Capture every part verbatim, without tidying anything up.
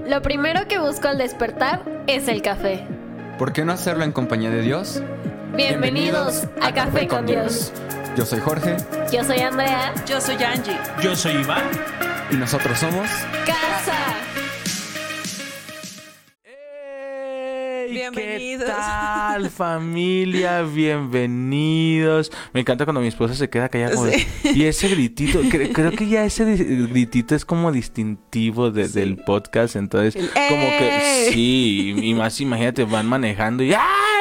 Lo primero que busco al despertar es el café. ¿Por qué no hacerlo en compañía de Dios? Bienvenidos a Café con Dios. Yo soy Jorge. Yo soy Andrea. Yo soy Angie. Yo soy Iván. Y nosotros somos... ¡Casa! Bienvenidos. ¿Qué tal, familia? Bienvenidos. Me encanta cuando mi esposa se queda callada como Sí. de- y ese gritito, cre- creo que ya ese di- gritito es como distintivo de- Sí. del podcast. Entonces, El como que ¡ey! sí, y más imagínate, van manejando y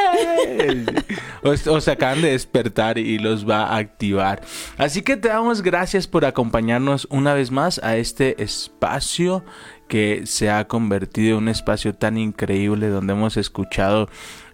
¡ay! O, o se acaban de despertar y los va a activar. Así que te damos gracias por acompañarnos una vez más a este espacio que se ha convertido en un espacio tan increíble donde hemos escuchado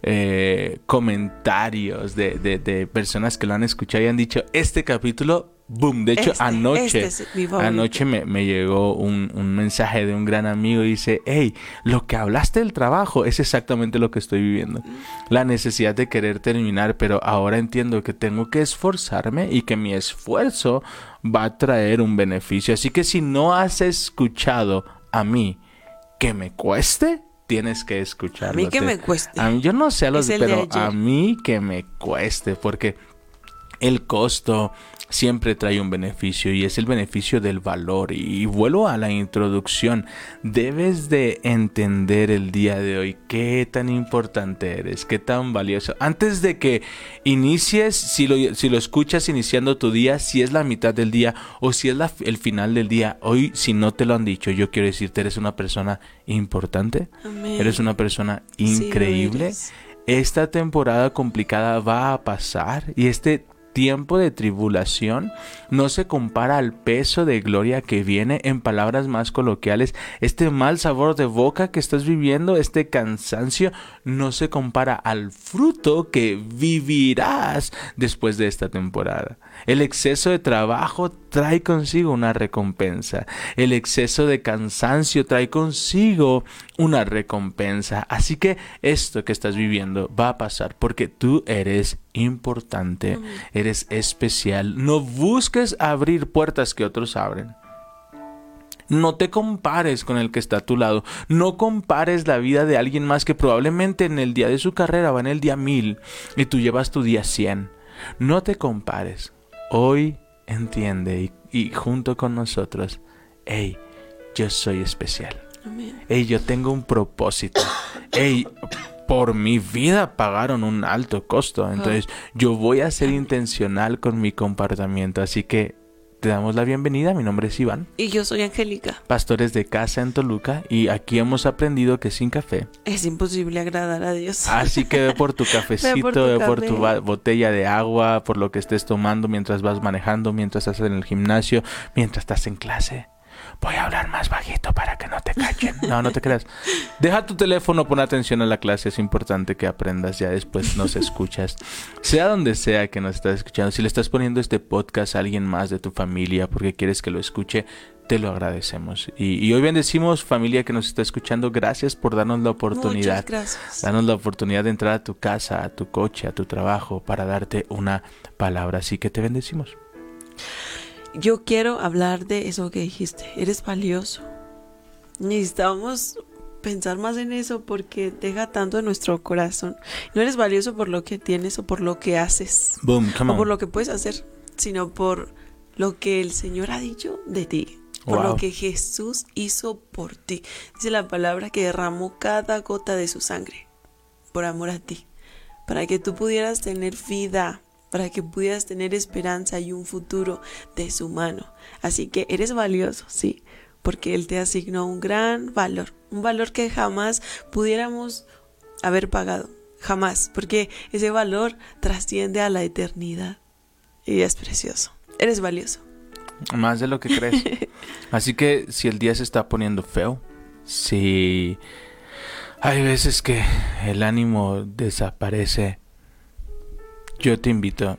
eh, comentarios de, de, de personas que lo han escuchado y han dicho, este capítulo, boom. De hecho, Este, anoche, este es mi favorito. anoche me, me llegó un, un mensaje de un gran amigo y dice, hey, lo que hablaste del trabajo es exactamente lo que estoy viviendo. La necesidad de querer terminar, pero ahora entiendo que tengo que esforzarme y que mi esfuerzo va a traer un beneficio. Así que si no has escuchado a mí que me cueste, tienes que escucharlo. A mí que Te- me cueste. A mí, yo no sé a los, Es el de pero ayer. a mí que me cueste, porque el costo siempre trae un beneficio y es el beneficio del valor. Y vuelvo a la introducción. Debes de entender el día de hoy qué tan importante eres, qué tan valioso. Antes de que inicies, si lo, si lo escuchas iniciando tu día, si es la mitad del día o si es la, el final del día, hoy si no te lo han dicho, yo quiero decirte, eres una persona importante, Amén. eres una persona Sí, lo increíble. eres. Esta temporada complicada va a pasar y este tiempo de tribulación no se compara al peso de gloria que viene. En palabras más coloquiales, este mal sabor de boca que estás viviendo, este cansancio, no se compara al fruto que vivirás después de esta temporada. El exceso de trabajo trae consigo una recompensa. El exceso de cansancio trae consigo una recompensa. Así que esto que estás viviendo va a pasar porque tú eres importante, mm. eres especial. No busques abrir puertas que otros abren. No te compares con el que está a tu lado. No compares la vida de alguien más que probablemente en el día de su carrera va en el día mil y tú llevas tu día cien. No te compares. Hoy entiende y, y junto con nosotros, hey, yo soy especial. Amén. Hey, yo tengo un propósito. Hey, por mi vida pagaron un alto costo. Entonces, yo voy a ser intencional con mi comportamiento. Así que te damos la bienvenida. Mi nombre es Iván. Y yo soy Angélica. Pastores de casa en Toluca. Y aquí hemos aprendido que sin café. Es imposible agradar a Dios. Así que ve por tu cafecito, Ve por tu ve por café. tu ba- botella de agua, por lo que estés tomando mientras vas manejando, mientras estás en el gimnasio, mientras estás en clase. Voy a hablar más bajito para que no te cachen. No, no te creas. Deja tu teléfono, pon atención a la clase. Es importante que aprendas, ya después nos escuchas. Sea donde sea que nos estás escuchando. Si le estás poniendo este podcast a alguien más de tu familia porque quieres que lo escuche, te lo agradecemos. Y, y hoy bendecimos, familia que nos está escuchando. Gracias por darnos la oportunidad. Muchas gracias. Danos la oportunidad de entrar a tu casa, a tu coche, a tu trabajo para darte una palabra. Así que te bendecimos. Yo quiero hablar de eso que dijiste. Eres valioso. Necesitamos pensar más en eso porque deja tanto en nuestro corazón. No eres valioso por lo que tienes o por lo que haces. Boom, come O por on. lo que puedes hacer, sino por lo que el Señor ha dicho de ti. Por Wow. lo que Jesús hizo por ti. Dice la palabra que derramó cada gota de su sangre por amor a ti. Para que tú pudieras tener vida. Para que pudieras tener esperanza y un futuro de su mano. Así que eres valioso, sí. Porque Él te asignó un gran valor. Un valor que jamás pudiéramos haber pagado. Jamás. Porque ese valor trasciende a la eternidad. Y es precioso. Eres valioso. Más de lo que crees. Así que si el día se está poniendo feo, si hay veces que el ánimo desaparece, yo te invito.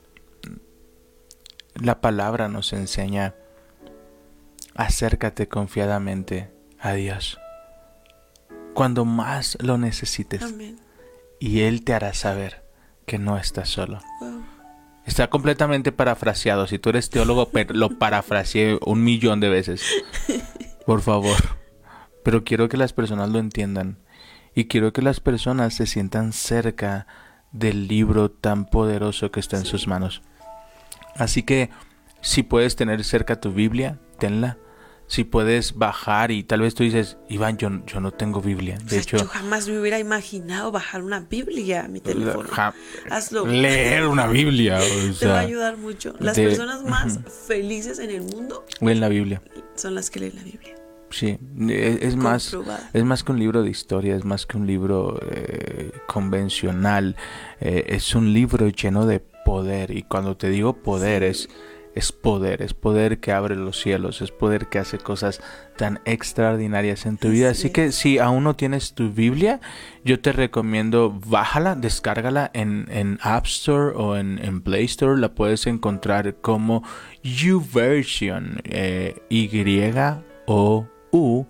La palabra nos enseña: acércate confiadamente a Dios cuando más lo necesites. Amén. Y Él te hará saber que no estás solo. Wow. Está completamente parafraseado. Si tú eres teólogo, lo parafraseé un millón de veces. Por favor, pero quiero que las personas lo entiendan y quiero que las personas se sientan cerca del libro tan poderoso que está en sus manos. Así que si puedes tener cerca tu Biblia, tenla. Si puedes bajar y tal vez tú dices, Iván, yo, yo no tengo Biblia. De O sea, hecho, yo jamás me hubiera imaginado bajar una Biblia a mi teléfono. ja- Hazlo. leer una Biblia. O Te va sea, a ayudar mucho. Las de- personas más Ujú. felices en el mundo leen la Biblia. son las que leen la Biblia. Sí, es, es más, Comprobado. es más que un libro de historia, es más que un libro eh, convencional. Eh, es un libro lleno de poder. Y cuando te digo poder, es Es poder, es poder que abre los cielos, es poder que hace cosas tan extraordinarias en tu vida. Así que si aún no tienes tu Biblia, yo te recomiendo bájala, descárgala en, en App Store o en, en Play Store. La puedes encontrar como YouVersion, eh, Y O U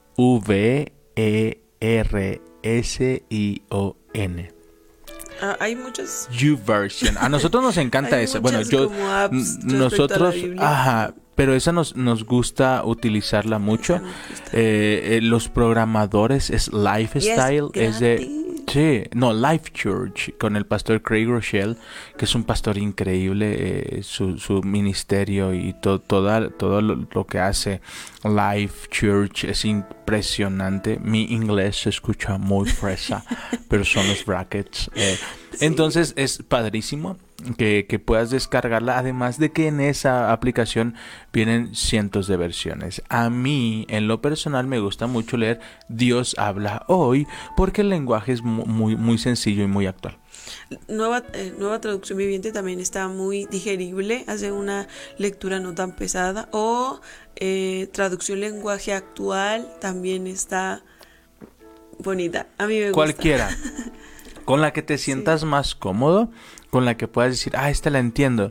V E R S I O N. Ah, hay muchas. YouVersion. A nosotros nos encanta Hay esa. Bueno, muchas yo como apps n- respecto a la nosotros, Biblia. ajá, pero esa nos nos gusta utilizarla mucho. Esa nos gusta. Eh, eh, los programadores es Lifestyle, Y es es de gratis. sí, no, Life Church con el pastor Craig Rochelle, que es un pastor increíble, eh, su, su ministerio y to, toda, todo lo, lo que hace Life Church es impresionante. Mi inglés se escucha muy fresa, pero son los brackets. Eh, Sí. Entonces es padrísimo que, que puedas descargarla, además de que en esa aplicación vienen cientos de versiones. A mí, en lo personal, me gusta mucho leer Dios habla hoy, porque el lenguaje es mu- muy, muy sencillo y muy actual. Nueva, eh, nueva traducción viviente también está muy digerible, hace una lectura no tan pesada. O eh, traducción lenguaje actual también está bonita. A mí me gusta. Cualquiera. Con la que te sientas Sí. más cómodo, con la que puedas decir, ah, esta la entiendo.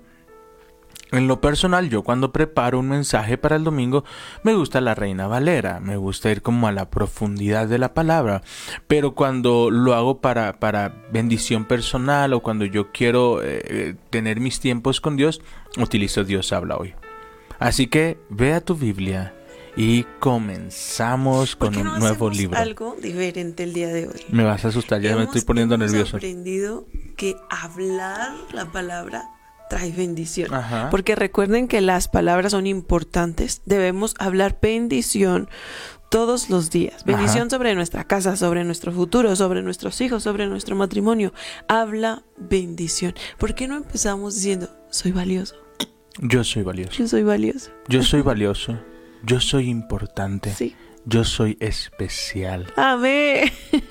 En lo personal, yo cuando preparo un mensaje para el domingo, me gusta la Reina Valera, me gusta ir como a la profundidad de la palabra, pero cuando lo hago para, para bendición personal o cuando yo quiero eh, tener mis tiempos con Dios, utilizo Dios habla hoy. Así que ve a tu Biblia y comenzamos ¿Por con qué un no nuevo hacemos libro. algo diferente el día de hoy? Me vas a asustar, ya me Hemos- estoy poniendo hemos nervioso. aprendido que hablar la palabra trae bendición. Ajá. Porque recuerden que las palabras son importantes. Debemos hablar bendición todos los días. Bendición Ajá. sobre nuestra casa, sobre nuestro futuro, sobre nuestros hijos, sobre nuestro matrimonio. Habla bendición. ¿Por qué no empezamos diciendo, soy valioso? Yo soy valioso. Yo soy valioso. Yo soy valioso. Yo soy importante. Sí. Yo soy especial. Amén.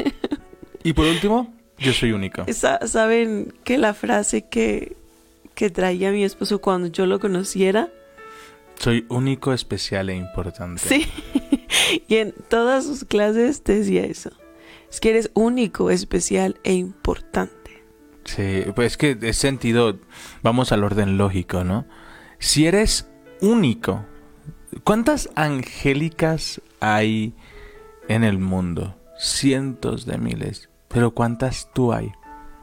Y por último, yo soy único. Sa- ¿Saben que la frase que, que traía mi esposo cuando yo lo conociera? Soy único, especial e importante. Sí. Y en todas sus clases te decía eso. Es que eres único, especial e importante. Sí, pues es que es sentido, vamos al orden lógico, ¿no? Si eres único, ¿cuántas angélicas hay en el mundo? Cientos de miles. Pero ¿cuántas tú hay?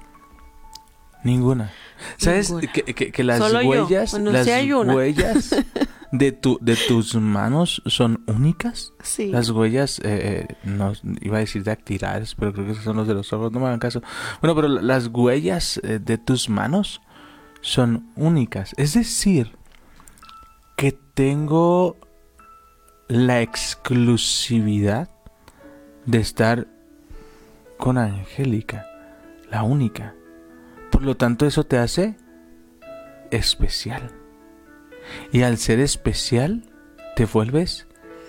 Ninguna. ¿Sabes Ninguna. que, que- que las Solo yo. huellas, Bueno, las sí hay una. huellas de tu de tus manos son únicas? Sí. Las huellas, eh, eh, no iba a decir dactilares, pero creo que esos son los de los ojos, no me hagan caso. Bueno, pero las huellas eh, de tus manos son únicas. Es decir, que tengo la exclusividad de estar con Angélica, la única. Por lo tanto, eso te hace especial. Y al ser especial, te vuelves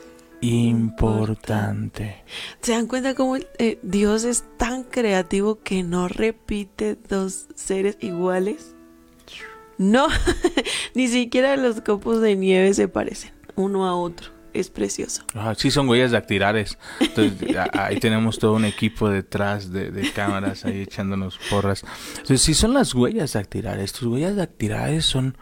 importante. ¿Se dan cuenta cómo eh, Dios es tan creativo que no repite dos seres iguales? No, ni siquiera los copos de nieve se parecen uno a otro. Es precioso. Ah, sí, son huellas dactilares. Entonces, a- ahí tenemos todo un equipo detrás de, de cámaras ahí echándonos porras. Entonces, sí son las huellas dactilares. Tus huellas dactilares son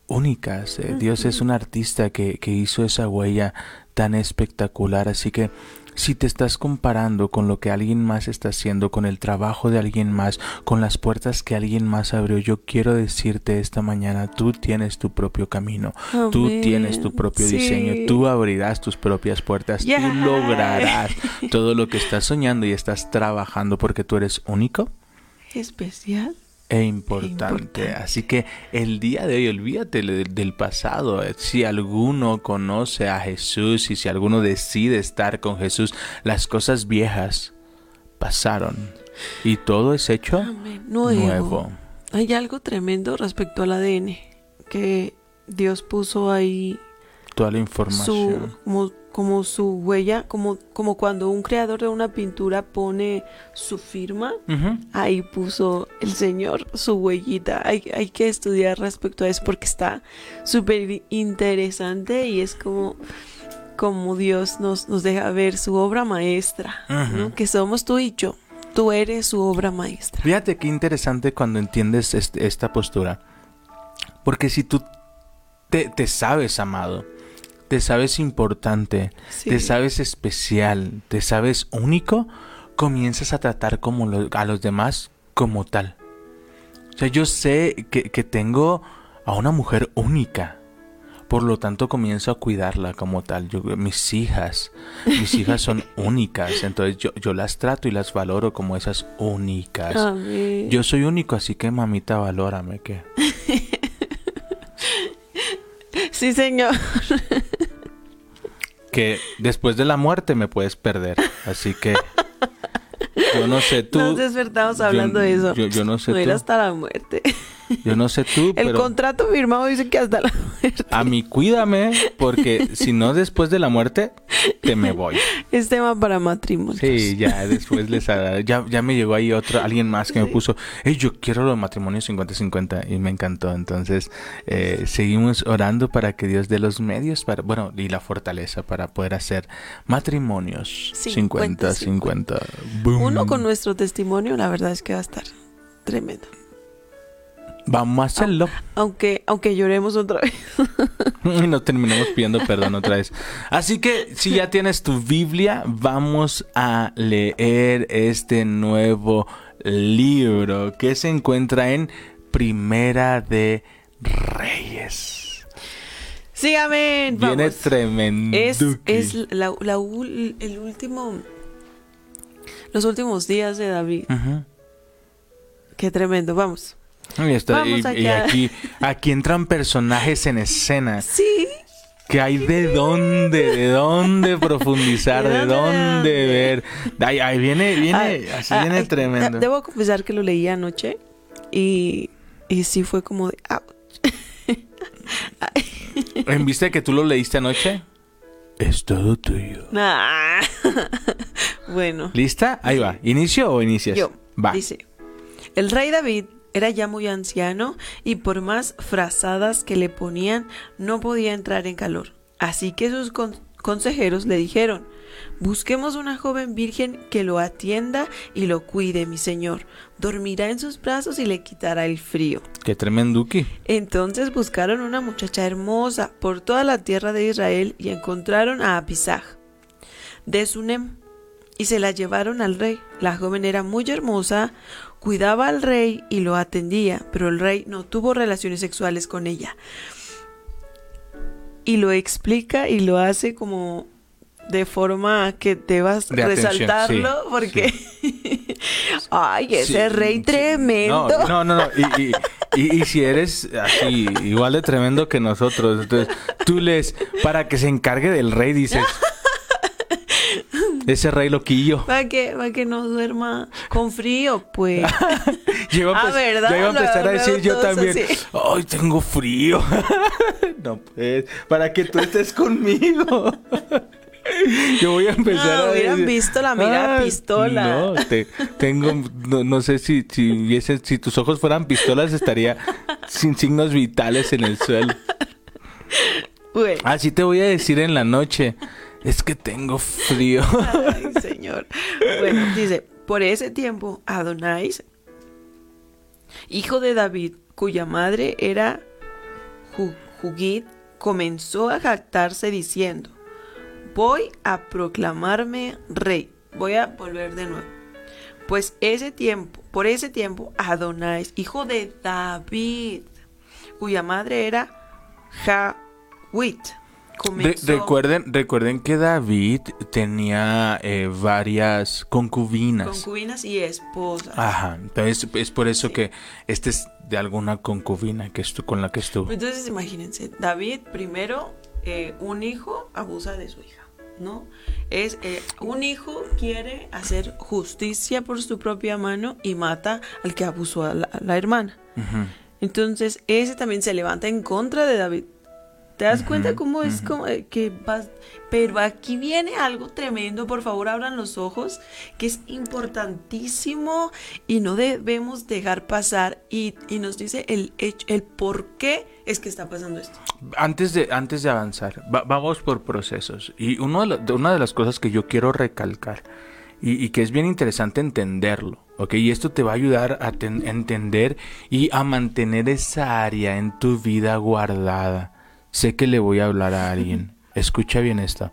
únicas. Eh, Dios es un artista que, que hizo esa huella tan espectacular. Así que si te estás comparando con lo que alguien más está haciendo, con el trabajo de alguien más, con las puertas que alguien más abrió, yo quiero decirte esta mañana, tú tienes tu propio camino, Amén. tú tienes tu propio Sí. diseño, tú abrirás tus propias puertas, Yeah. tú lograrás todo lo que estás soñando y estás trabajando porque tú eres único Especial. e importante. Importante. Así que el día de hoy, olvídate de- del pasado. Si alguno conoce a Jesús y si alguno decide estar con Jesús, las cosas viejas pasaron y todo es hecho Amén. Nuevo. nuevo. Hay algo tremendo respecto al A D N que Dios puso ahí Toda la su información. como, como su huella, como, como cuando un creador de una pintura pone su firma, Ujú. ahí puso el Señor su huellita. Hay, hay que estudiar respecto a eso porque está súper interesante y es como, como Dios nos, nos deja ver su obra maestra, Ujú. ¿no? Que somos tú y yo. Tú eres su obra maestra. Fíjate qué interesante cuando entiendes este- esta postura. Porque si tú te, te sabes amado, te sabes importante, Sí. te sabes especial, te sabes único, comienzas a tratar como lo- a los demás como tal. O sea, yo sé que, que tengo a una mujer única. Por lo tanto, comienzo a cuidarla como tal. Yo, mis hijas, mis hijas son únicas. Entonces, yo, yo las trato y las valoro como esas únicas. Amén. Yo soy único, así que mamita, valórame, ¿qué? Sí, Señor. Que después de la muerte me puedes perder. Así que yo no sé tú. Nos despertamos hablando yo, de eso. Yo, yo no sé No era tú. hasta la muerte. Yo no sé tú, El pero contrato firmado dice que hasta la muerte. a mí cuídame, porque si no después de la muerte, te me voy. Es tema para matrimonios. Sí, ya después les hará- ya, ya me llegó ahí otro, alguien más que me puso, hey, yo quiero lo de matrimonio cincuenta cincuenta y me encantó. Entonces, eh, seguimos orando para que Dios dé los medios para, bueno, y la fortaleza para poder hacer matrimonios cincuenta cincuenta. Uno con nuestro testimonio, la verdad es que va a estar tremendo. Vamos a hacerlo. Aunque, aunque lloremos otra vez. Y nos terminamos pidiendo perdón otra vez. Así que si ya tienes tu Biblia, vamos a leer este nuevo libro que se encuentra en Primera de Reyes. Sí, amén. Viene Vamos. tremendo. Es, es la, la ul- el último, los últimos días de David. Ujú. Qué tremendo, vamos. Y, está- y- Vamos y allá. aquí, aquí entran personajes en escena. Sí. Que hay de dónde, de dónde profundizar, ¿De de dónde, dónde de dónde? ver. Ahí, ahí viene, viene, Ah, así ah, viene ay, tremendo. Debo confesar que lo leí anoche y, y sí fue como de... ouch. ¿En vista que tú lo leíste anoche? Es todo tuyo. Nah. Bueno, ¿Lista? Ahí va. ¿Inicio o inicias? yo. Va. Dice, el rey David era ya muy anciano y por más frazadas que le ponían no podía entrar en calor. Así que sus con- consejeros le dijeron, busquemos una joven virgen que lo atienda y lo cuide, mi señor. Dormirá en sus brazos y le quitará el frío. Qué tremenduki. Entonces buscaron una muchacha hermosa por toda la tierra de Israel y encontraron a Abisag de Sunem y se la llevaron al rey. La joven era muy hermosa, cuidaba al rey y lo atendía, pero el rey no tuvo relaciones sexuales con ella. Y lo explica y lo hace como de forma que debas De atención, resaltarlo sí, porque ay, ese Sí, rey sí. tremendo. No, no, no. no. Y, y, y, y si eres así, igual de tremendo que nosotros, entonces tú lees para que se encargue del rey, dices. Ese rey loquillo. Para que, para que no duerma con frío, pues. Yo iba a, Ah, empe- ¿verdad? yo iba a empezar a Luego decir yo todos también. así. Ay, tengo frío. No, pues, para que tú estés conmigo. Yo voy a empezar Ah, a hubieran decir, visto la mira "Ay, pistola". No, te, tengo, no, no sé si, si, hubiese- si tus ojos fueran pistolas, estaría sin signos vitales en el suelo. Bueno, Así te voy a decir en la noche. Es que tengo frío. ay, señor. Bueno, dice, por ese tiempo, Adonais, hijo de David, cuya madre era Hugit comenzó a jactarse diciendo: voy a proclamarme rey. Voy a volver de nuevo. Pues ese tiempo, por ese tiempo, Adonais, hijo de David, cuya madre era Jawit, comenzó... Re- recuerden, recuerden que David tenía eh, varias concubinas. Concubinas y esposas. Ajá, entonces es por eso Sí. que este es de alguna concubina que estu- con la que estuvo. Entonces imagínense, David primero, eh, un hijo abusa de su hija, ¿no? Es eh, un hijo quiere hacer justicia por su propia mano y mata al que abusó a la, a la hermana. Ujú. Entonces ese también se levanta en contra de David. ¿Te das Ujú, cuenta cómo es ujú. como eh, que vas? Pero aquí viene algo tremendo, por favor abran los ojos, que es importantísimo y no debemos dejar pasar, y, y nos dice el hecho, el por qué es que está pasando esto. Antes de, antes de avanzar, va- vamos por procesos. Y uno de lo- de una de las cosas que yo quiero recalcar y, y que es bien interesante entenderlo, ¿ok? Y esto te va a ayudar a ten- entender y a mantener esa área en tu vida guardada. Sé que le voy a hablar a alguien. Escucha bien esto.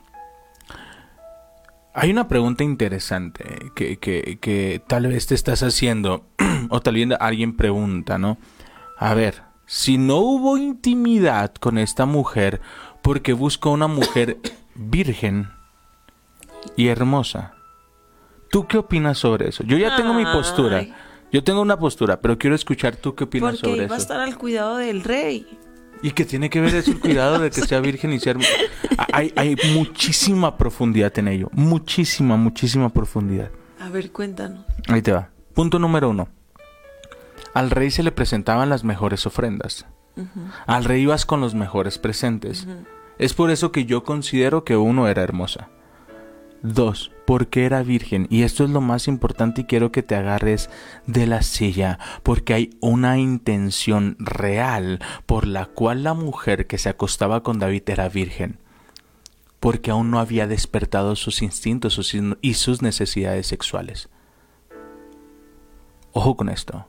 Hay una pregunta interesante que, que, que tal vez te estás haciendo o tal vez alguien pregunta, ¿no? A ver, si no hubo intimidad con esta mujer porque busco una mujer virgen y hermosa, ¿tú qué opinas sobre eso? Yo ya tengo mi postura. Ay. Yo tengo una postura, pero quiero escuchar tú qué opinas Porque sobre iba a eso. estar al cuidado del rey. ¿Y qué tiene que ver eso el cuidado de que sea virgen y ser... Hay, hay muchísima profundidad en ello. Muchísima, muchísima profundidad. A ver, cuéntanos. Ahí te va. Punto número uno. Al rey se le presentaban las mejores ofrendas. Ujú, Al rey ibas con los mejores presentes. ujú. Es por eso que yo considero que uno era hermosa. Dos, porque era virgen. Y esto es lo más importante y quiero que te agarres de la silla, porque hay una intención real por la cual la mujer que se acostaba con David era virgen. Porque aún no había despertado sus instintos sus in- y sus necesidades sexuales. Ojo con esto.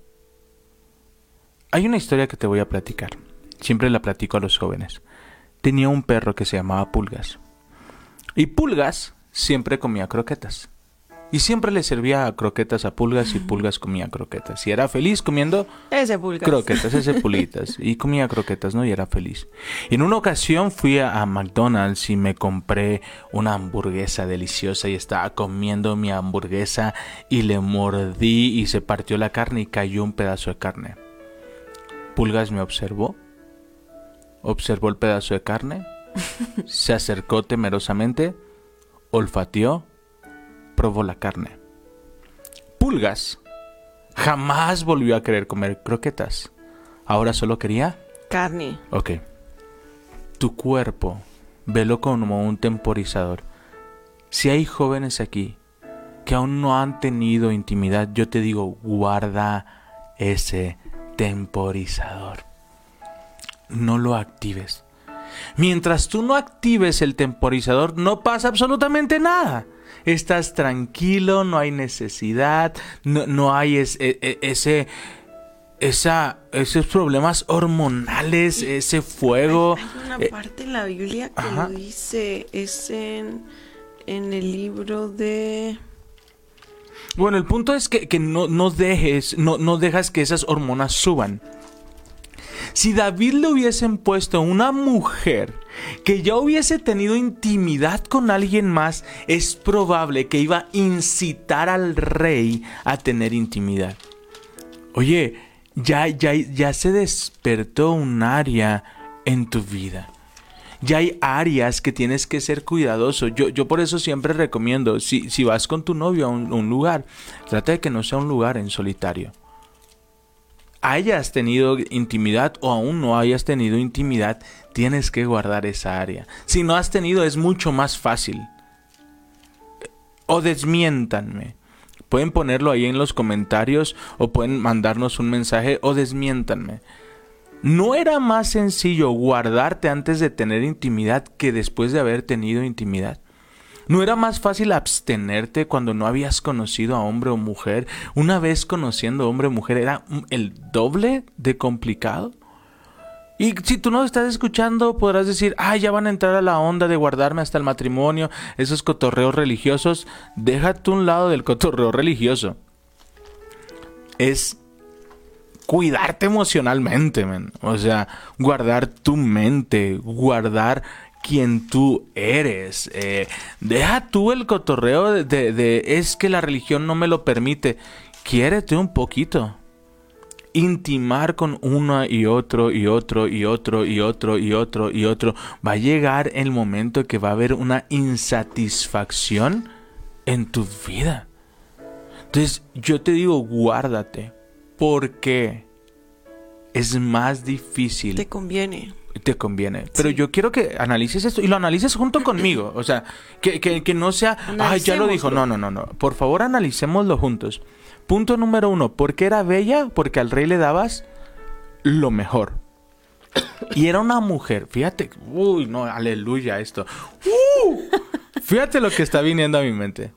Hay una historia que te voy a platicar. Siempre la platico a los jóvenes. Tenía un perro que se llamaba Pulgas. Y Pulgas siempre comía croquetas. Y siempre le servía croquetas a Pulgas y Pulgas comía croquetas. Y era feliz comiendo Ese Pulgas. croquetas, ese Pulitas. Y comía croquetas, ¿no? Y era feliz. Y en una ocasión fui a, a McDonald's y me compré una hamburguesa deliciosa y estaba comiendo mi hamburguesa y le mordí y se partió la carne y cayó un pedazo de carne. Pulgas me observó. Observó el pedazo de carne. Se acercó temerosamente. Olfateó, probó la carne. Pulgas jamás volvió a querer comer croquetas. Ahora solo quería... Carne. Ok. Tu cuerpo, velo como un temporizador. Si hay jóvenes aquí que aún no han tenido intimidad, yo te digo, guarda ese temporizador. No lo actives. Mientras tú no actives el temporizador, no pasa absolutamente nada. Estás tranquilo, no hay necesidad, no, no hay es, e, e, ese, esa, esos problemas hormonales, ese fuego. Hay, hay una eh, parte en la Biblia que ajá. lo dice, es en, en el libro de... Bueno, el punto es que, que no, no dejes, no, no dejas que esas hormonas suban. Si David le hubiesen puesto una mujer que ya hubiese tenido intimidad con alguien más, es probable que iba a incitar al rey a tener intimidad. Oye, ya, ya, ya se despertó un área en tu vida. Ya hay áreas que tienes que ser cuidadoso. Yo, yo por eso siempre recomiendo, si, si vas con tu novio a un, un lugar, trata de que no sea un lugar en solitario. Hayas tenido intimidad o aún no hayas tenido intimidad, tienes que guardar esa área. Si no has tenido, es mucho más fácil. O desmiéntanme. Pueden ponerlo ahí en los comentarios o pueden mandarnos un mensaje o desmiéntanme. ¿No era más sencillo guardarte antes de tener intimidad que después de haber tenido intimidad? ¿No era más fácil abstenerte cuando no habías conocido a hombre o mujer? Una vez conociendo a hombre o mujer, ¿era el doble de complicado? Y si tú no estás escuchando, podrás decir, ah, ya van a entrar a la onda de guardarme hasta el matrimonio, esos cotorreos religiosos. Déjate un lado del cotorreo religioso. Es cuidarte emocionalmente, man. O sea, guardar tu mente, guardar quien tú eres. Eh, deja tú el cotorreo de, de, de, es que la religión no me lo permite. Quiérete un poquito. Intimar con uno y otro y otro y otro y otro y otro y otro. Va a llegar el momento que va a haber una insatisfacción en tu vida. Entonces yo te digo, guárdate, porque es más difícil. Te conviene. Te conviene. Pero Sí. yo quiero que analices esto y lo analices junto conmigo. O sea, que, que, que no sea, ay, ya lo dijo. No, no, no, no. Por favor, analicémoslo juntos. Punto número uno. ¿Por qué era bella? Porque al rey le dabas lo mejor. Y era una mujer. Fíjate. Uy, no, aleluya esto. Uh, fíjate lo que está viniendo a mi mente.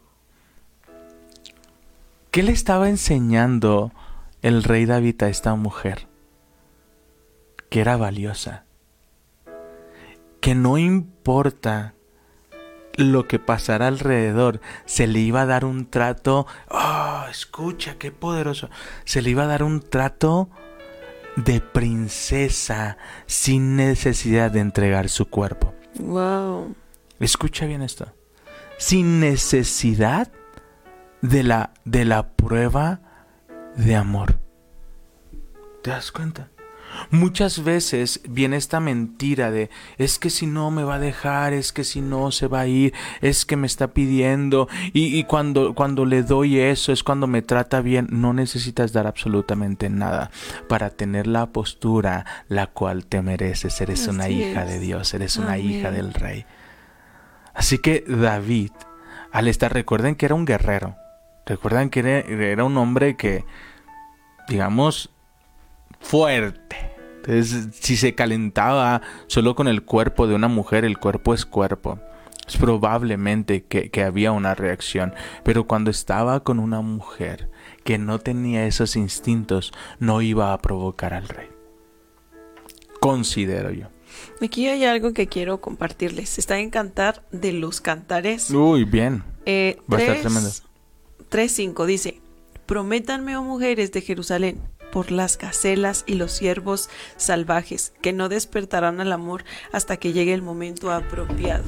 ¿Qué le estaba enseñando el rey David a esta mujer? Que era valiosa. Que no importa lo que pasara alrededor, se le iba a dar un trato. Oh, escucha, qué poderoso. Se le iba a dar un trato de princesa sin necesidad de entregar su cuerpo. Wow. Escucha bien esto. Sin necesidad de la, de la prueba de amor. ¿Te das cuenta? Muchas veces viene esta mentira de, es que si no me va a dejar, es que si no se va a ir, es que me está pidiendo, y, y cuando, cuando le doy eso es cuando me trata bien. No necesitas dar absolutamente nada para tener la postura la cual te mereces. Eres Así una hija es. de Dios, eres una Amén. hija del Rey. Así que David, al estar, recuerden que era un guerrero, recuerden que era, era un hombre que, digamos, fuerte. Entonces, si se calentaba solo con el cuerpo de una mujer, el cuerpo es cuerpo. Es probablemente que, que había una reacción. Pero cuando estaba con una mujer que no tenía esos instintos, no iba a provocar al rey. Considero yo. Aquí hay algo que quiero compartirles. Está en Cantar de los Cantares. Uy, bien. Eh, Va a estar tremendo. tres cinco dice: Prométanme, oh mujeres de Jerusalén, por las gacelas y los ciervos salvajes, que no despertarán al amor hasta que llegue el momento apropiado.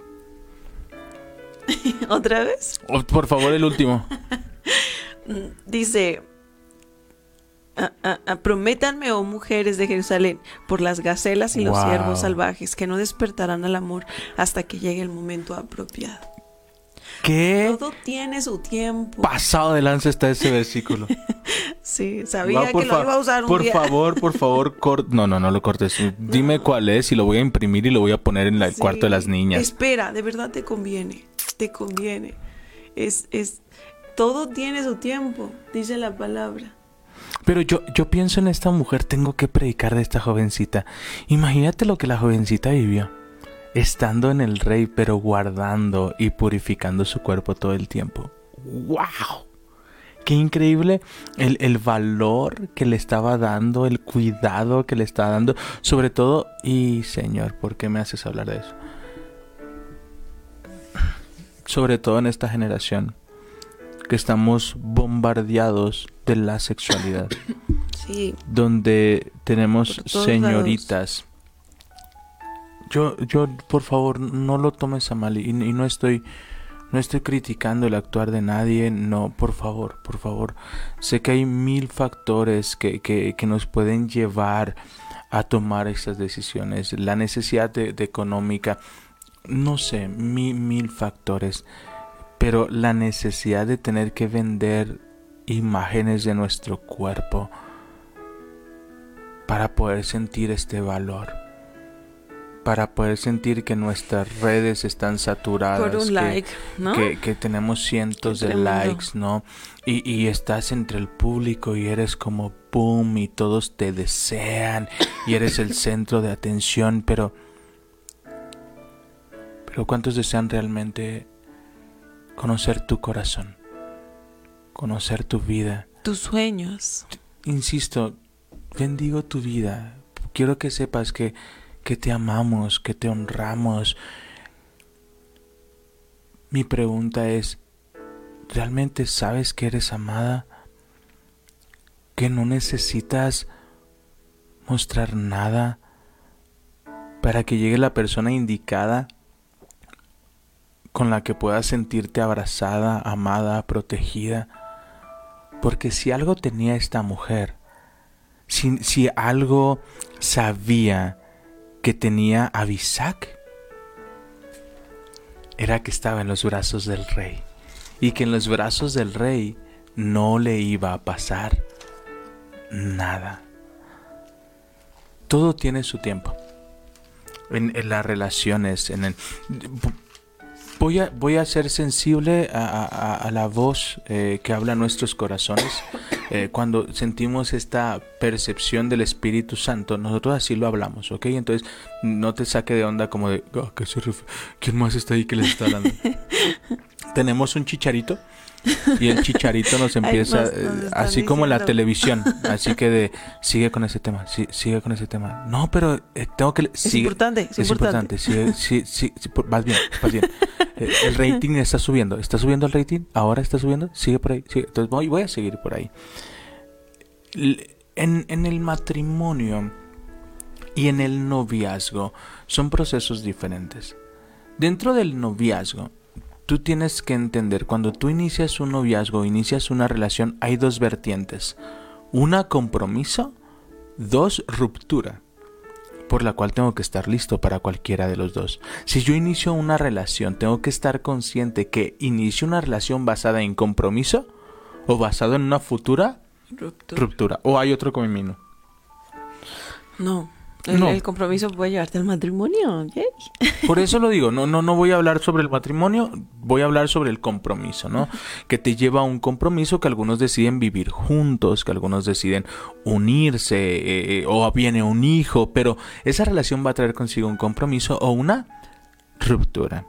¿Otra vez? Oh, por favor, el último. Dice: ah, ah, ah, Prométanme, oh mujeres de Jerusalén, por las gacelas y los Wow. ciervos salvajes, que no despertarán al amor hasta que llegue el momento apropiado. ¿Qué Todo tiene su tiempo. pasado de lanza está ese versículo? Sí, sabía Va, por que lo fa- iba a usar un Por día. favor, por favor, cor- no, no, no lo cortes. Dime cuál es y lo voy a imprimir y lo voy a poner en la- el Sí. cuarto de las niñas. Espera, de verdad te conviene. Te conviene. Es, es, todo tiene su tiempo, dice la palabra. Pero yo, yo pienso en esta mujer, tengo que predicar de esta jovencita. Imagínate lo que la jovencita vivió. Estando en el rey, pero guardando y purificando su cuerpo todo el tiempo. ¡Wow! Qué increíble el, el valor que le estaba dando, el cuidado que le estaba dando. Sobre todo, y Señor, ¿por qué me haces hablar de eso? Sobre todo en esta generación, que estamos bombardeados de la sexualidad. Sí, Donde tenemos Por todos señoritas. Yo, yo, por favor, no lo tomes a mal y, y no estoy, no estoy criticando el actuar de nadie. No, por favor, por favor. Sé que hay mil factores que, que, que nos pueden llevar a tomar estas decisiones. La necesidad de, de económica, no sé, mil, mil factores. Pero la necesidad de tener que vender imágenes de nuestro cuerpo para poder sentir este valor, para poder sentir que nuestras redes están saturadas, por un que, like, ¿no? que, que tenemos cientos Qué de tremendo. likes, ¿no? Y, y estás entre el público y eres como boom y todos te desean y eres el centro de atención, pero pero ¿cuántos desean realmente conocer tu corazón, conocer tu vida? Tus sueños. Insisto, bendigo tu vida. quiero que sepas que, que te amamos, que te honramos. Mi pregunta es, ¿realmente sabes que eres amada? ¿Que no necesitas mostrar nada para que llegue la persona indicada con la que puedas sentirte abrazada, amada, protegida? Porque si algo tenía esta mujer, si, si algo sabía que tenía Abisag, era que estaba en los brazos del rey, y que en los brazos del rey no le iba a pasar nada. Todo tiene su tiempo. En, en las relaciones, en el... Voy a, voy a ser sensible a, a, a la voz eh, que habla en nuestros corazones. Eh, cuando sentimos esta percepción del Espíritu Santo, nosotros así lo hablamos, ¿ok? Entonces, no te saque de onda como de, oh, ¿qué se ref- ¿quién más está ahí que les está hablando? Tenemos un chicharito y el chicharito nos empieza, Ay, nos- nos eh, están así como en la diciendo. televisión, así que de, sigue con ese tema, sí, sigue con ese tema. No, pero eh, tengo que... Es importante, es, Es importante, sigue, sí, sí, sí, por- vas bien, vas bien. Eh, El rating está subiendo, ¿está subiendo el rating? ¿Ahora está subiendo? Sigue por ahí, sigue. Entonces voy, voy a seguir por ahí. L- En, en el matrimonio y en el noviazgo son procesos diferentes. Dentro del noviazgo, tú tienes que entender, cuando tú inicias un noviazgo, inicias una relación, hay dos vertientes. Una, compromiso. Dos, ruptura, por la cual tengo que estar listo para cualquiera de los dos. Si yo inicio una relación, tengo que estar consciente que inicio una relación basada en compromiso o basado en una futura Ruptura. ruptura. O hay otro camino. No. El, No. el compromiso puede llevarte al matrimonio. Yay. Por eso lo digo, no, no, no voy a hablar sobre el matrimonio, voy a hablar sobre el compromiso, ¿no? Que te lleva a un compromiso, que algunos deciden vivir juntos, que algunos deciden unirse, eh, o viene un hijo, pero esa relación va a traer consigo un compromiso o una ruptura.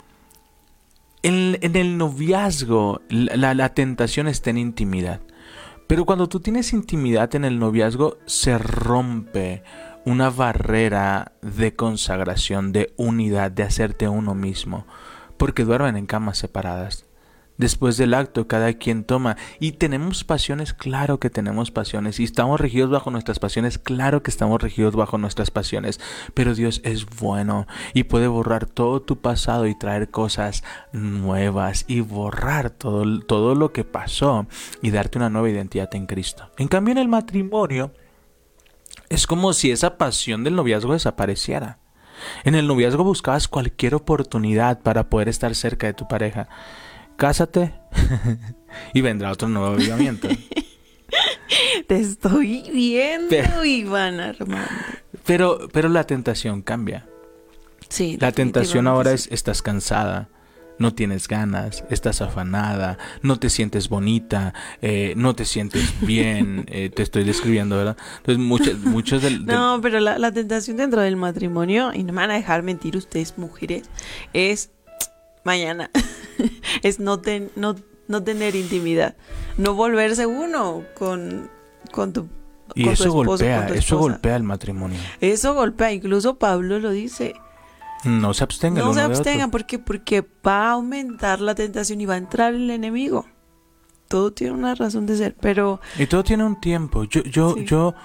En, en el noviazgo, la, la, la tentación está en intimidad. Pero cuando tú tienes intimidad en el noviazgo, se rompe una barrera de consagración, de unidad, de hacerte uno mismo, porque duermen en camas separadas. Después del acto, cada quien toma. Y tenemos pasiones, claro que tenemos pasiones. Y estamos regidos bajo nuestras pasiones, claro que estamos regidos bajo nuestras pasiones. Pero Dios es bueno y puede borrar todo tu pasado y traer cosas nuevas y borrar todo, todo lo que pasó y darte una nueva identidad en Cristo. En cambio, en el matrimonio, es como si esa pasión del noviazgo desapareciera. En el noviazgo buscabas cualquier oportunidad para poder estar cerca de tu pareja. Cásate y vendrá otro nuevo avivamiento. Te estoy viendo, Pero- Iván Armando. Pero, pero la tentación cambia. Sí, La tentación ahora definitivamente es, estás cansada, no tienes ganas, estás afanada, no te sientes bonita, eh, no te sientes bien, eh, te estoy describiendo, ¿verdad? Entonces muchos, muchos del... sí. del- No, pero la, la tentación dentro del matrimonio, y no me van a dejar mentir ustedes, mujeres, es mañana. Es no, ten- no, no tener intimidad. No volverse uno con, con tu y con tu eso esposo, golpea, con tu eso esposa. golpea el matrimonio. Eso golpea, incluso Pablo lo dice. No se abstengan No uno se de otro. abstengan, ¿por qué? Porque va a aumentar la tentación y va a entrar el enemigo. Todo tiene una razón de ser, pero Y todo tiene un tiempo. Yo, yo, Sí. yo,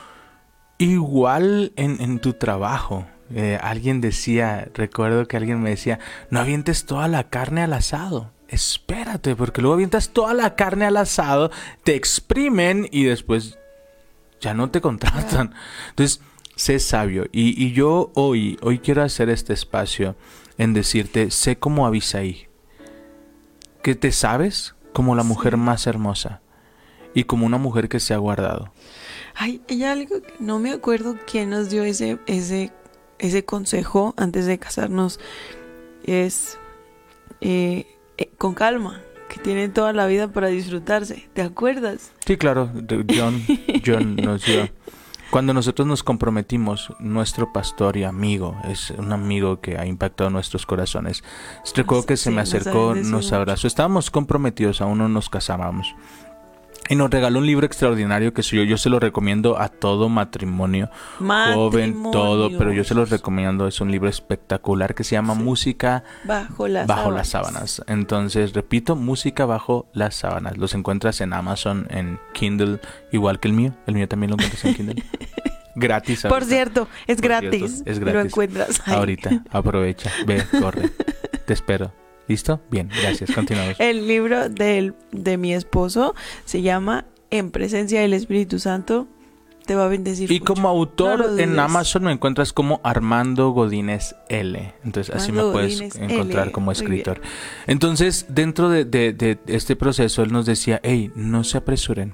igual en, en tu trabajo, eh, alguien decía, recuerdo que alguien me decía, no avientes toda la carne al asado. Espérate, porque luego avientas toda la carne al asado, te exprimen y después ya no te contratan. Entonces, sé sabio. Y, y yo hoy, hoy quiero hacer este espacio en decirte, sé como Abisai, que te sabes como la mujer más hermosa y como una mujer que se ha guardado. hay, hay algo que no me acuerdo quién nos dio ese, ese, ese consejo antes de casarnos. Es eh, eh, con calma, que tienen toda la vida para disfrutarse. ¿Te acuerdas? Sí, claro, de- John, John nos dio. Cuando nosotros nos comprometimos, nuestro pastor y amigo, es un amigo que ha impactado nuestros corazones. Recuerdo que se Sí, me nos acercó, habían nos decidido abrazó. Estábamos comprometidos, aún no nos casábamos. Y nos regaló un libro extraordinario que yo, yo se lo recomiendo a todo matrimonio, joven, todo, pero yo se los recomiendo. Es un libro espectacular que se llama sí. Música bajo, las, bajo sábanas. las sábanas. Entonces, repito, Música bajo las sábanas. Los encuentras en Amazon, en Kindle, igual que el mío. El mío también lo encuentras en Kindle. Gratis. Por cierto, es Por gratis. Cierto, es gratis. Lo encuentras ahí. Ahorita, aprovecha, ve, corre. Te espero. ¿Listo? Bien, gracias. Continuamos. El libro de, de mi esposo se llama En presencia del Espíritu Santo. Te va a bendecir Y mucho. como autor no en Amazon me encuentras como Armando Godínez L. Entonces así Armando me puedes Godínez encontrar L. como Muy escritor. bien. Entonces dentro de, de, de este proceso él nos decía, hey, no se apresuren.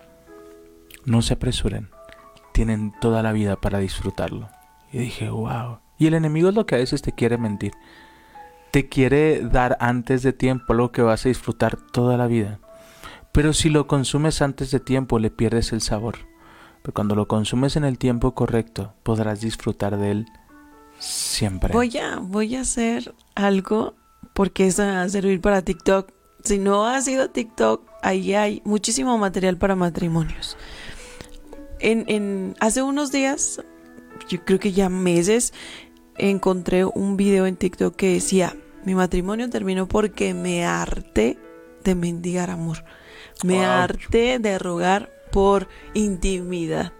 No se apresuren. Tienen toda la vida para disfrutarlo. Y dije, wow. Y el enemigo es lo que a veces te quiere mentir. Te quiere dar antes de tiempo algo que vas a disfrutar toda la vida. Pero si lo consumes antes de tiempo, le pierdes el sabor. Pero cuando lo consumes en el tiempo correcto, podrás disfrutar de él siempre. Voy a, voy a hacer algo porque eso va a servir para TikTok. Si no ha sido TikTok, ahí hay muchísimo material para matrimonios. En, en, hace unos días, yo creo que ya meses, encontré un video en TikTok que decía: mi matrimonio terminó porque me harté de mendigar amor. Me Ouch. harté de rogar por intimidad.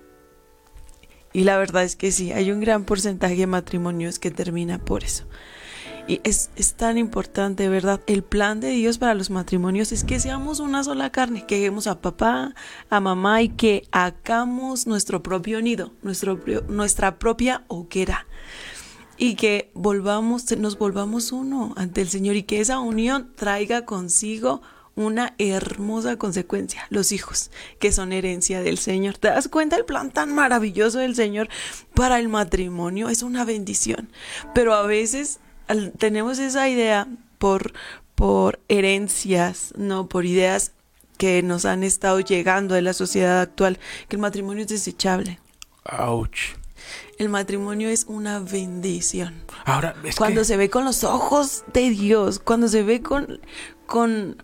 Y la verdad es que sí, hay un gran porcentaje de matrimonios que termina por eso. Y es, es tan importante, ¿verdad? El plan de Dios para los matrimonios es que seamos una sola carne, que lleguemos a papá, a mamá y que hagamos nuestro propio nido, nuestro, nuestra propia hoguera. Y que volvamos, nos volvamos uno ante el Señor y que esa unión traiga consigo una hermosa consecuencia, los hijos, que son herencia del Señor. ¿Te das cuenta el plan tan maravilloso del Señor para el matrimonio? Es una bendición. Pero a veces al, tenemos esa idea por, por herencias, no por ideas que nos han estado llegando de la sociedad actual, que el matrimonio es desechable. Ouch. El matrimonio es una bendición. Ahora, es cuando que... se ve con los ojos de Dios, cuando se ve con, con,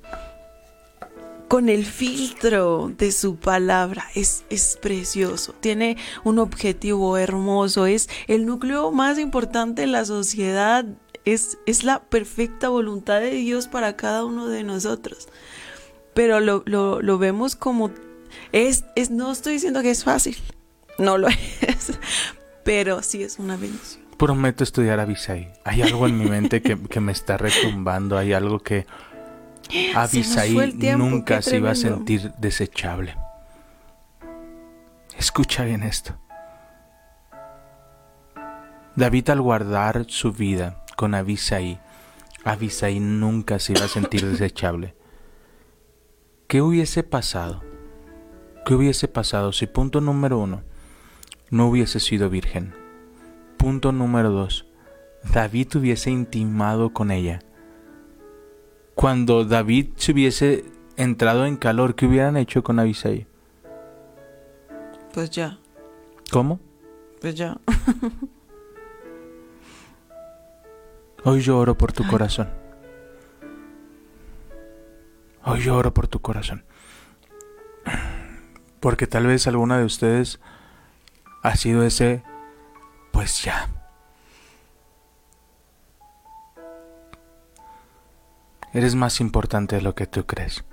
con el filtro de su palabra, es, es precioso. Tiene un objetivo hermoso, es el núcleo más importante de la sociedad, es, es la perfecta voluntad de Dios para cada uno de nosotros. Pero lo, lo, lo vemos como... Es, es, no estoy diciendo que es fácil, no lo es, pero sí es una bendición. Prometo estudiar a Abisai. Hay algo en mi mente que, que me está retumbando. Hay algo que Abisai nunca se iba a sentir desechable. Escucha bien esto. David, al guardar su vida con Abisai, Abisai nunca se iba a sentir desechable. ¿Qué hubiese pasado? ¿Qué hubiese pasado si, punto número uno, no hubiese sido virgen? Punto número dos, David hubiese intimado con ella. Cuando David se hubiese entrado en calor, ¿qué hubieran hecho con Abisai? Pues ya. ¿Cómo? Pues ya. Hoy yo oro por tu corazón. Hoy yo oro por tu corazón. Porque tal vez alguna de ustedes ha sido ese, pues ya. Eres más importante de lo que tú crees.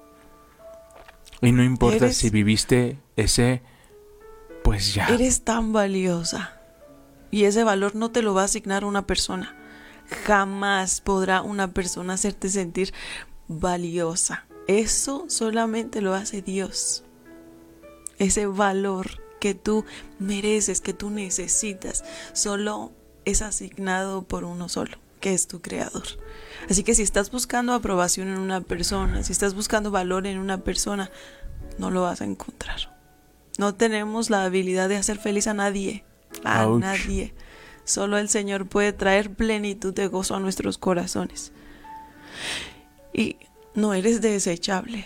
Y no importa Eres... si viviste ese, pues ya. Eres tan valiosa. Y ese valor no te lo va a asignar una persona. Jamás podrá una persona hacerte sentir valiosa. Eso solamente lo hace Dios. Ese valor que tú mereces, que tú necesitas, solo es asignado por uno solo, que es tu creador. Así que si estás buscando aprobación en una persona, si estás buscando valor en una persona, no lo vas a encontrar. No tenemos la habilidad de hacer feliz a nadie, a Ouch. nadie. Solo el Señor puede traer plenitud de gozo a nuestros corazones. Y no eres desechable.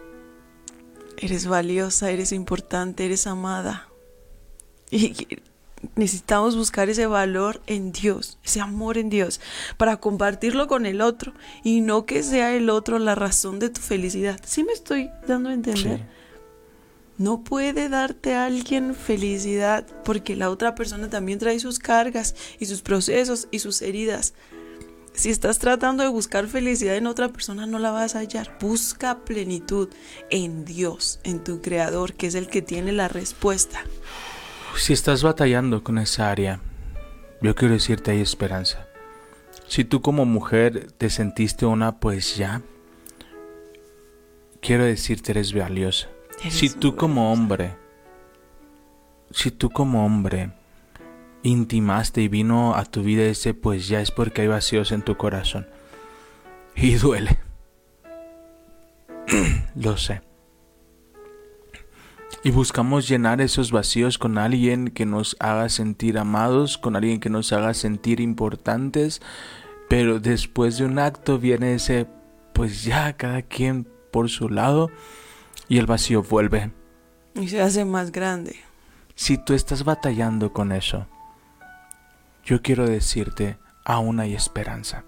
Eres valiosa, eres importante, eres amada. Y necesitamos buscar ese valor en Dios, ese amor en Dios, para compartirlo con el otro y no que sea el otro la razón de tu felicidad. ¿Sí me estoy dando a entender? Sí. No puede darte a alguien felicidad porque la otra persona también trae sus cargas y sus procesos y sus heridas. Si estás tratando de buscar felicidad en otra persona, no la vas a hallar. Busca plenitud en Dios, en tu Creador, que es el que tiene la respuesta. Si estás batallando con esa área, yo quiero decirte, hay esperanza. Si tú como mujer te sentiste una pues ya, quiero decirte, eres valiosa. Eres Si tú muy como valiosa. hombre, si tú como hombre intimaste y vino a tu vida ese pues ya, es porque hay vacíos en tu corazón. Y duele. Lo sé. Y buscamos llenar esos vacíos con alguien que nos haga sentir amados, con alguien que nos haga sentir importantes, pero después de un acto viene ese pues ya, cada quien por su lado, y el vacío vuelve. Y se hace más grande. Si tú estás batallando con eso, yo quiero decirte, aún hay esperanza.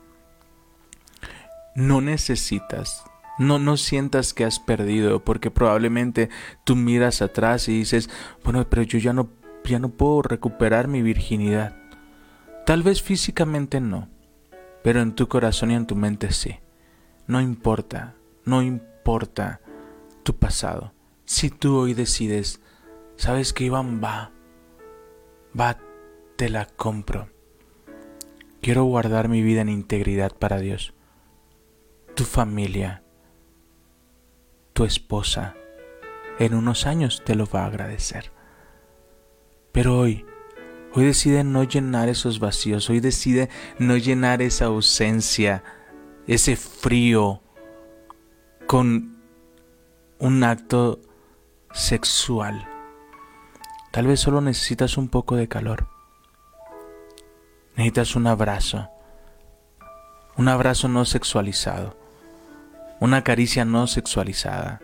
No necesitas, no, no sientas que has perdido, porque probablemente tú miras atrás y dices, bueno, pero yo ya no, ya no puedo recuperar mi virginidad. Tal vez físicamente no, pero en tu corazón y en tu mente sí. No importa, no importa tu pasado. Si tú hoy decides, sabes que Iván va, va, te la compro. Quiero guardar mi vida en integridad para Dios. Tu familia, tu esposa, en unos años te lo va a agradecer. Pero hoy, hoy decide no llenar esos vacíos. Hoy decide no llenar esa ausencia, ese frío, con un acto sexual. Tal vez solo necesitas un poco de calor. Necesitas un abrazo. Un abrazo no sexualizado. Una caricia no sexualizada.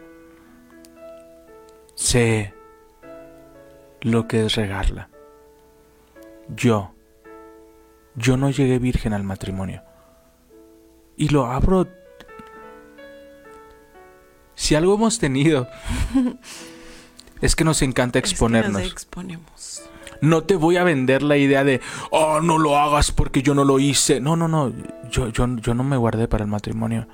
Sé lo que es regarla. Yo, yo no llegué virgen al matrimonio. Y lo abro. Si algo hemos tenido es que nos encanta exponernos. Es que nos exponemos. No te voy a vender la idea de, oh, no lo hagas porque yo no lo hice. No, no, no. Yo, yo, yo no me guardé para el matrimonio.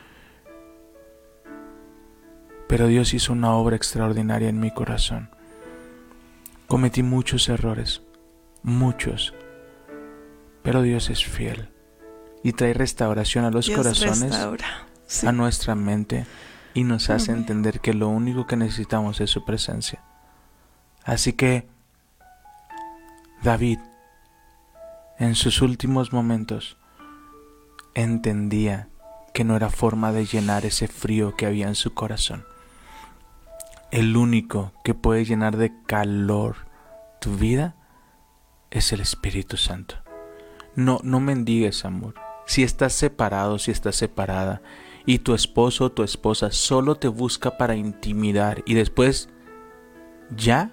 Pero Dios hizo una obra extraordinaria en mi corazón. Cometí muchos errores. Muchos. Pero Dios es fiel. Y trae restauración a los Dios corazones, restaura. Sí. a nuestra mente. Y nos hace Amén. entender que lo único que necesitamos es su presencia. Así que David, en sus últimos momentos, entendía que no era forma de llenar ese frío que había en su corazón. El único que puede llenar de calor tu vida es el Espíritu Santo. No, no mendigues amor. Si estás separado, si estás separada, y tu esposo o tu esposa solo te busca para intimidar y después ya,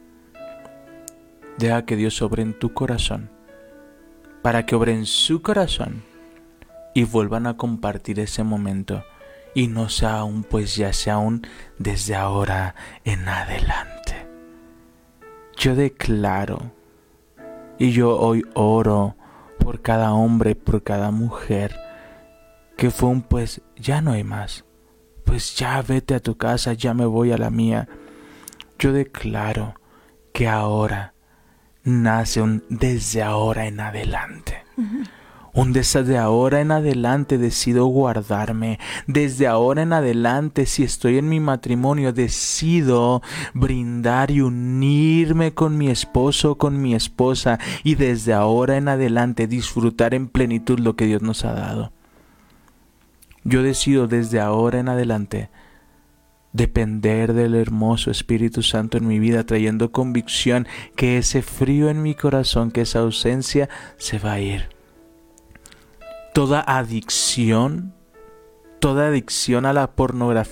deja que Dios obre en tu corazón, para que obre en su corazón y vuelvan a compartir ese momento, y no sea aún pues ya, sea aún desde ahora en adelante. Yo declaro y yo hoy oro por cada hombre, por cada mujer, que fue un pues ya no hay más, pues ya vete a tu casa, ya me voy a la mía. Yo declaro que ahora nace un desde ahora en adelante. Uh-huh. Un desde ahora en adelante decido guardarme. Desde ahora en adelante, si estoy en mi matrimonio, decido brindar y unirme con mi esposo o con mi esposa. Y desde ahora en adelante disfrutar en plenitud lo que Dios nos ha dado. Yo decido desde ahora en adelante depender del hermoso Espíritu Santo en mi vida, trayendo convicción que ese frío en mi corazón, que esa ausencia se va a ir. Toda adicción, toda adicción a la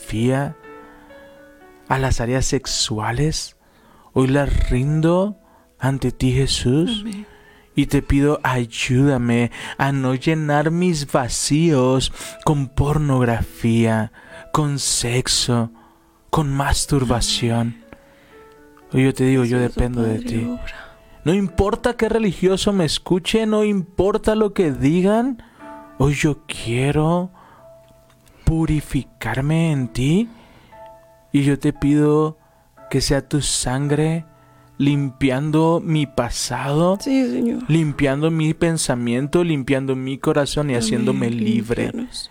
pornografía, a las áreas sexuales, hoy las rindo ante ti, Jesús. Amén. Y te pido, ayúdame a no llenar mis vacíos con pornografía, con sexo, con masturbación. Hoy yo te digo, yo Jesús, dependo de Padre, ti. obra. No importa qué religioso me escuche, no importa lo que digan. Hoy yo quiero purificarme en ti. Y yo te pido que sea tu sangre limpiando mi pasado, Sí, Señor. limpiando mi pensamiento, limpiando mi corazón y Amén. haciéndome libre. Límpianos.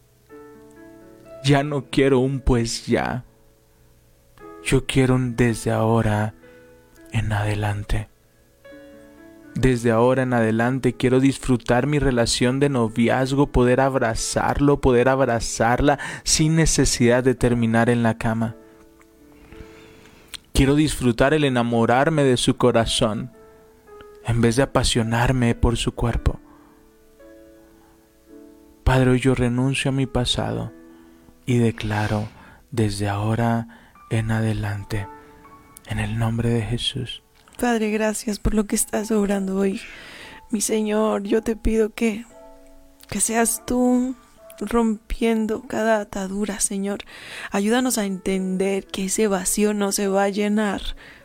Ya no quiero un pues ya. Yo quiero un desde ahora en adelante. Desde ahora en adelante quiero disfrutar mi relación de noviazgo, poder abrazarlo, poder abrazarla sin necesidad de terminar en la cama. Quiero disfrutar el enamorarme de su corazón en vez de apasionarme por su cuerpo. Padre, hoy yo renuncio a mi pasado y declaro desde ahora en adelante, en el nombre de Jesús. Padre, gracias por lo que estás obrando hoy. Mi Señor, yo te pido que, que seas tú rompiendo cada atadura, Señor. Ayúdanos a entender que ese vacío no se va a llenar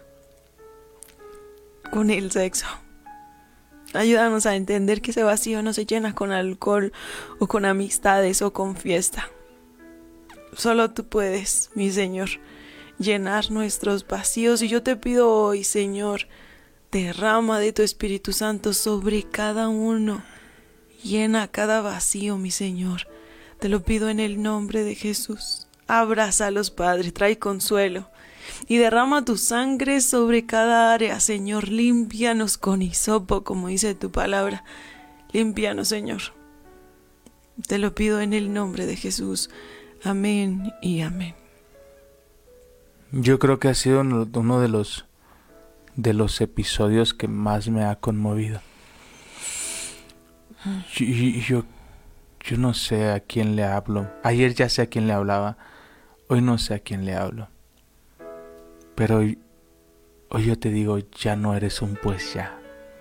con el sexo. Ayúdanos a entender que ese vacío no se llena con alcohol o con amistades o con fiesta. Solo tú puedes, mi Señor, llenar nuestros vacíos. Y yo te pido hoy, Señor, derrama de tu Espíritu Santo sobre cada uno. Llena cada vacío, mi Señor. Te lo pido en el nombre de Jesús. Abrázalos, Padre, trae consuelo. Y derrama tu sangre sobre cada área, Señor. Límpianos con hisopo, como dice tu palabra. Límpianos, Señor. Te lo pido en el nombre de Jesús. Amén y amén. Yo creo que ha sido uno uno de los de los episodios que más me ha conmovido. Yo, yo, yo no sé a quién le hablo. Ayer ya sé a quién le hablaba. Hoy no sé a quién le hablo. Pero hoy, hoy yo te digo, ya no eres un pues ya.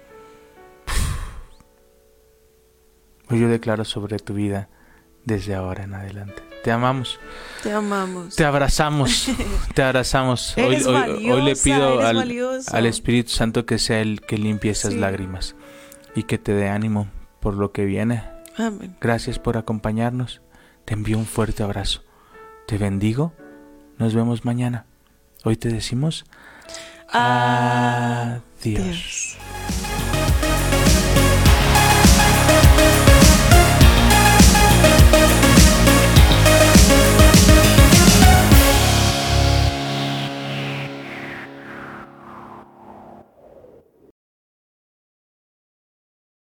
Hoy yo declaro sobre tu vida desde ahora en adelante. Te amamos. Te amamos. Te abrazamos. Te abrazamos. Hoy, Eres hoy, valiosa, hoy le pido eres al, valioso. al Espíritu Santo que sea el que limpie esas Sí. lágrimas y que te dé ánimo por lo que viene. Amén. Gracias por acompañarnos. Te envío un fuerte abrazo. Te bendigo. Nos vemos mañana. Hoy te decimos adiós. Adiós.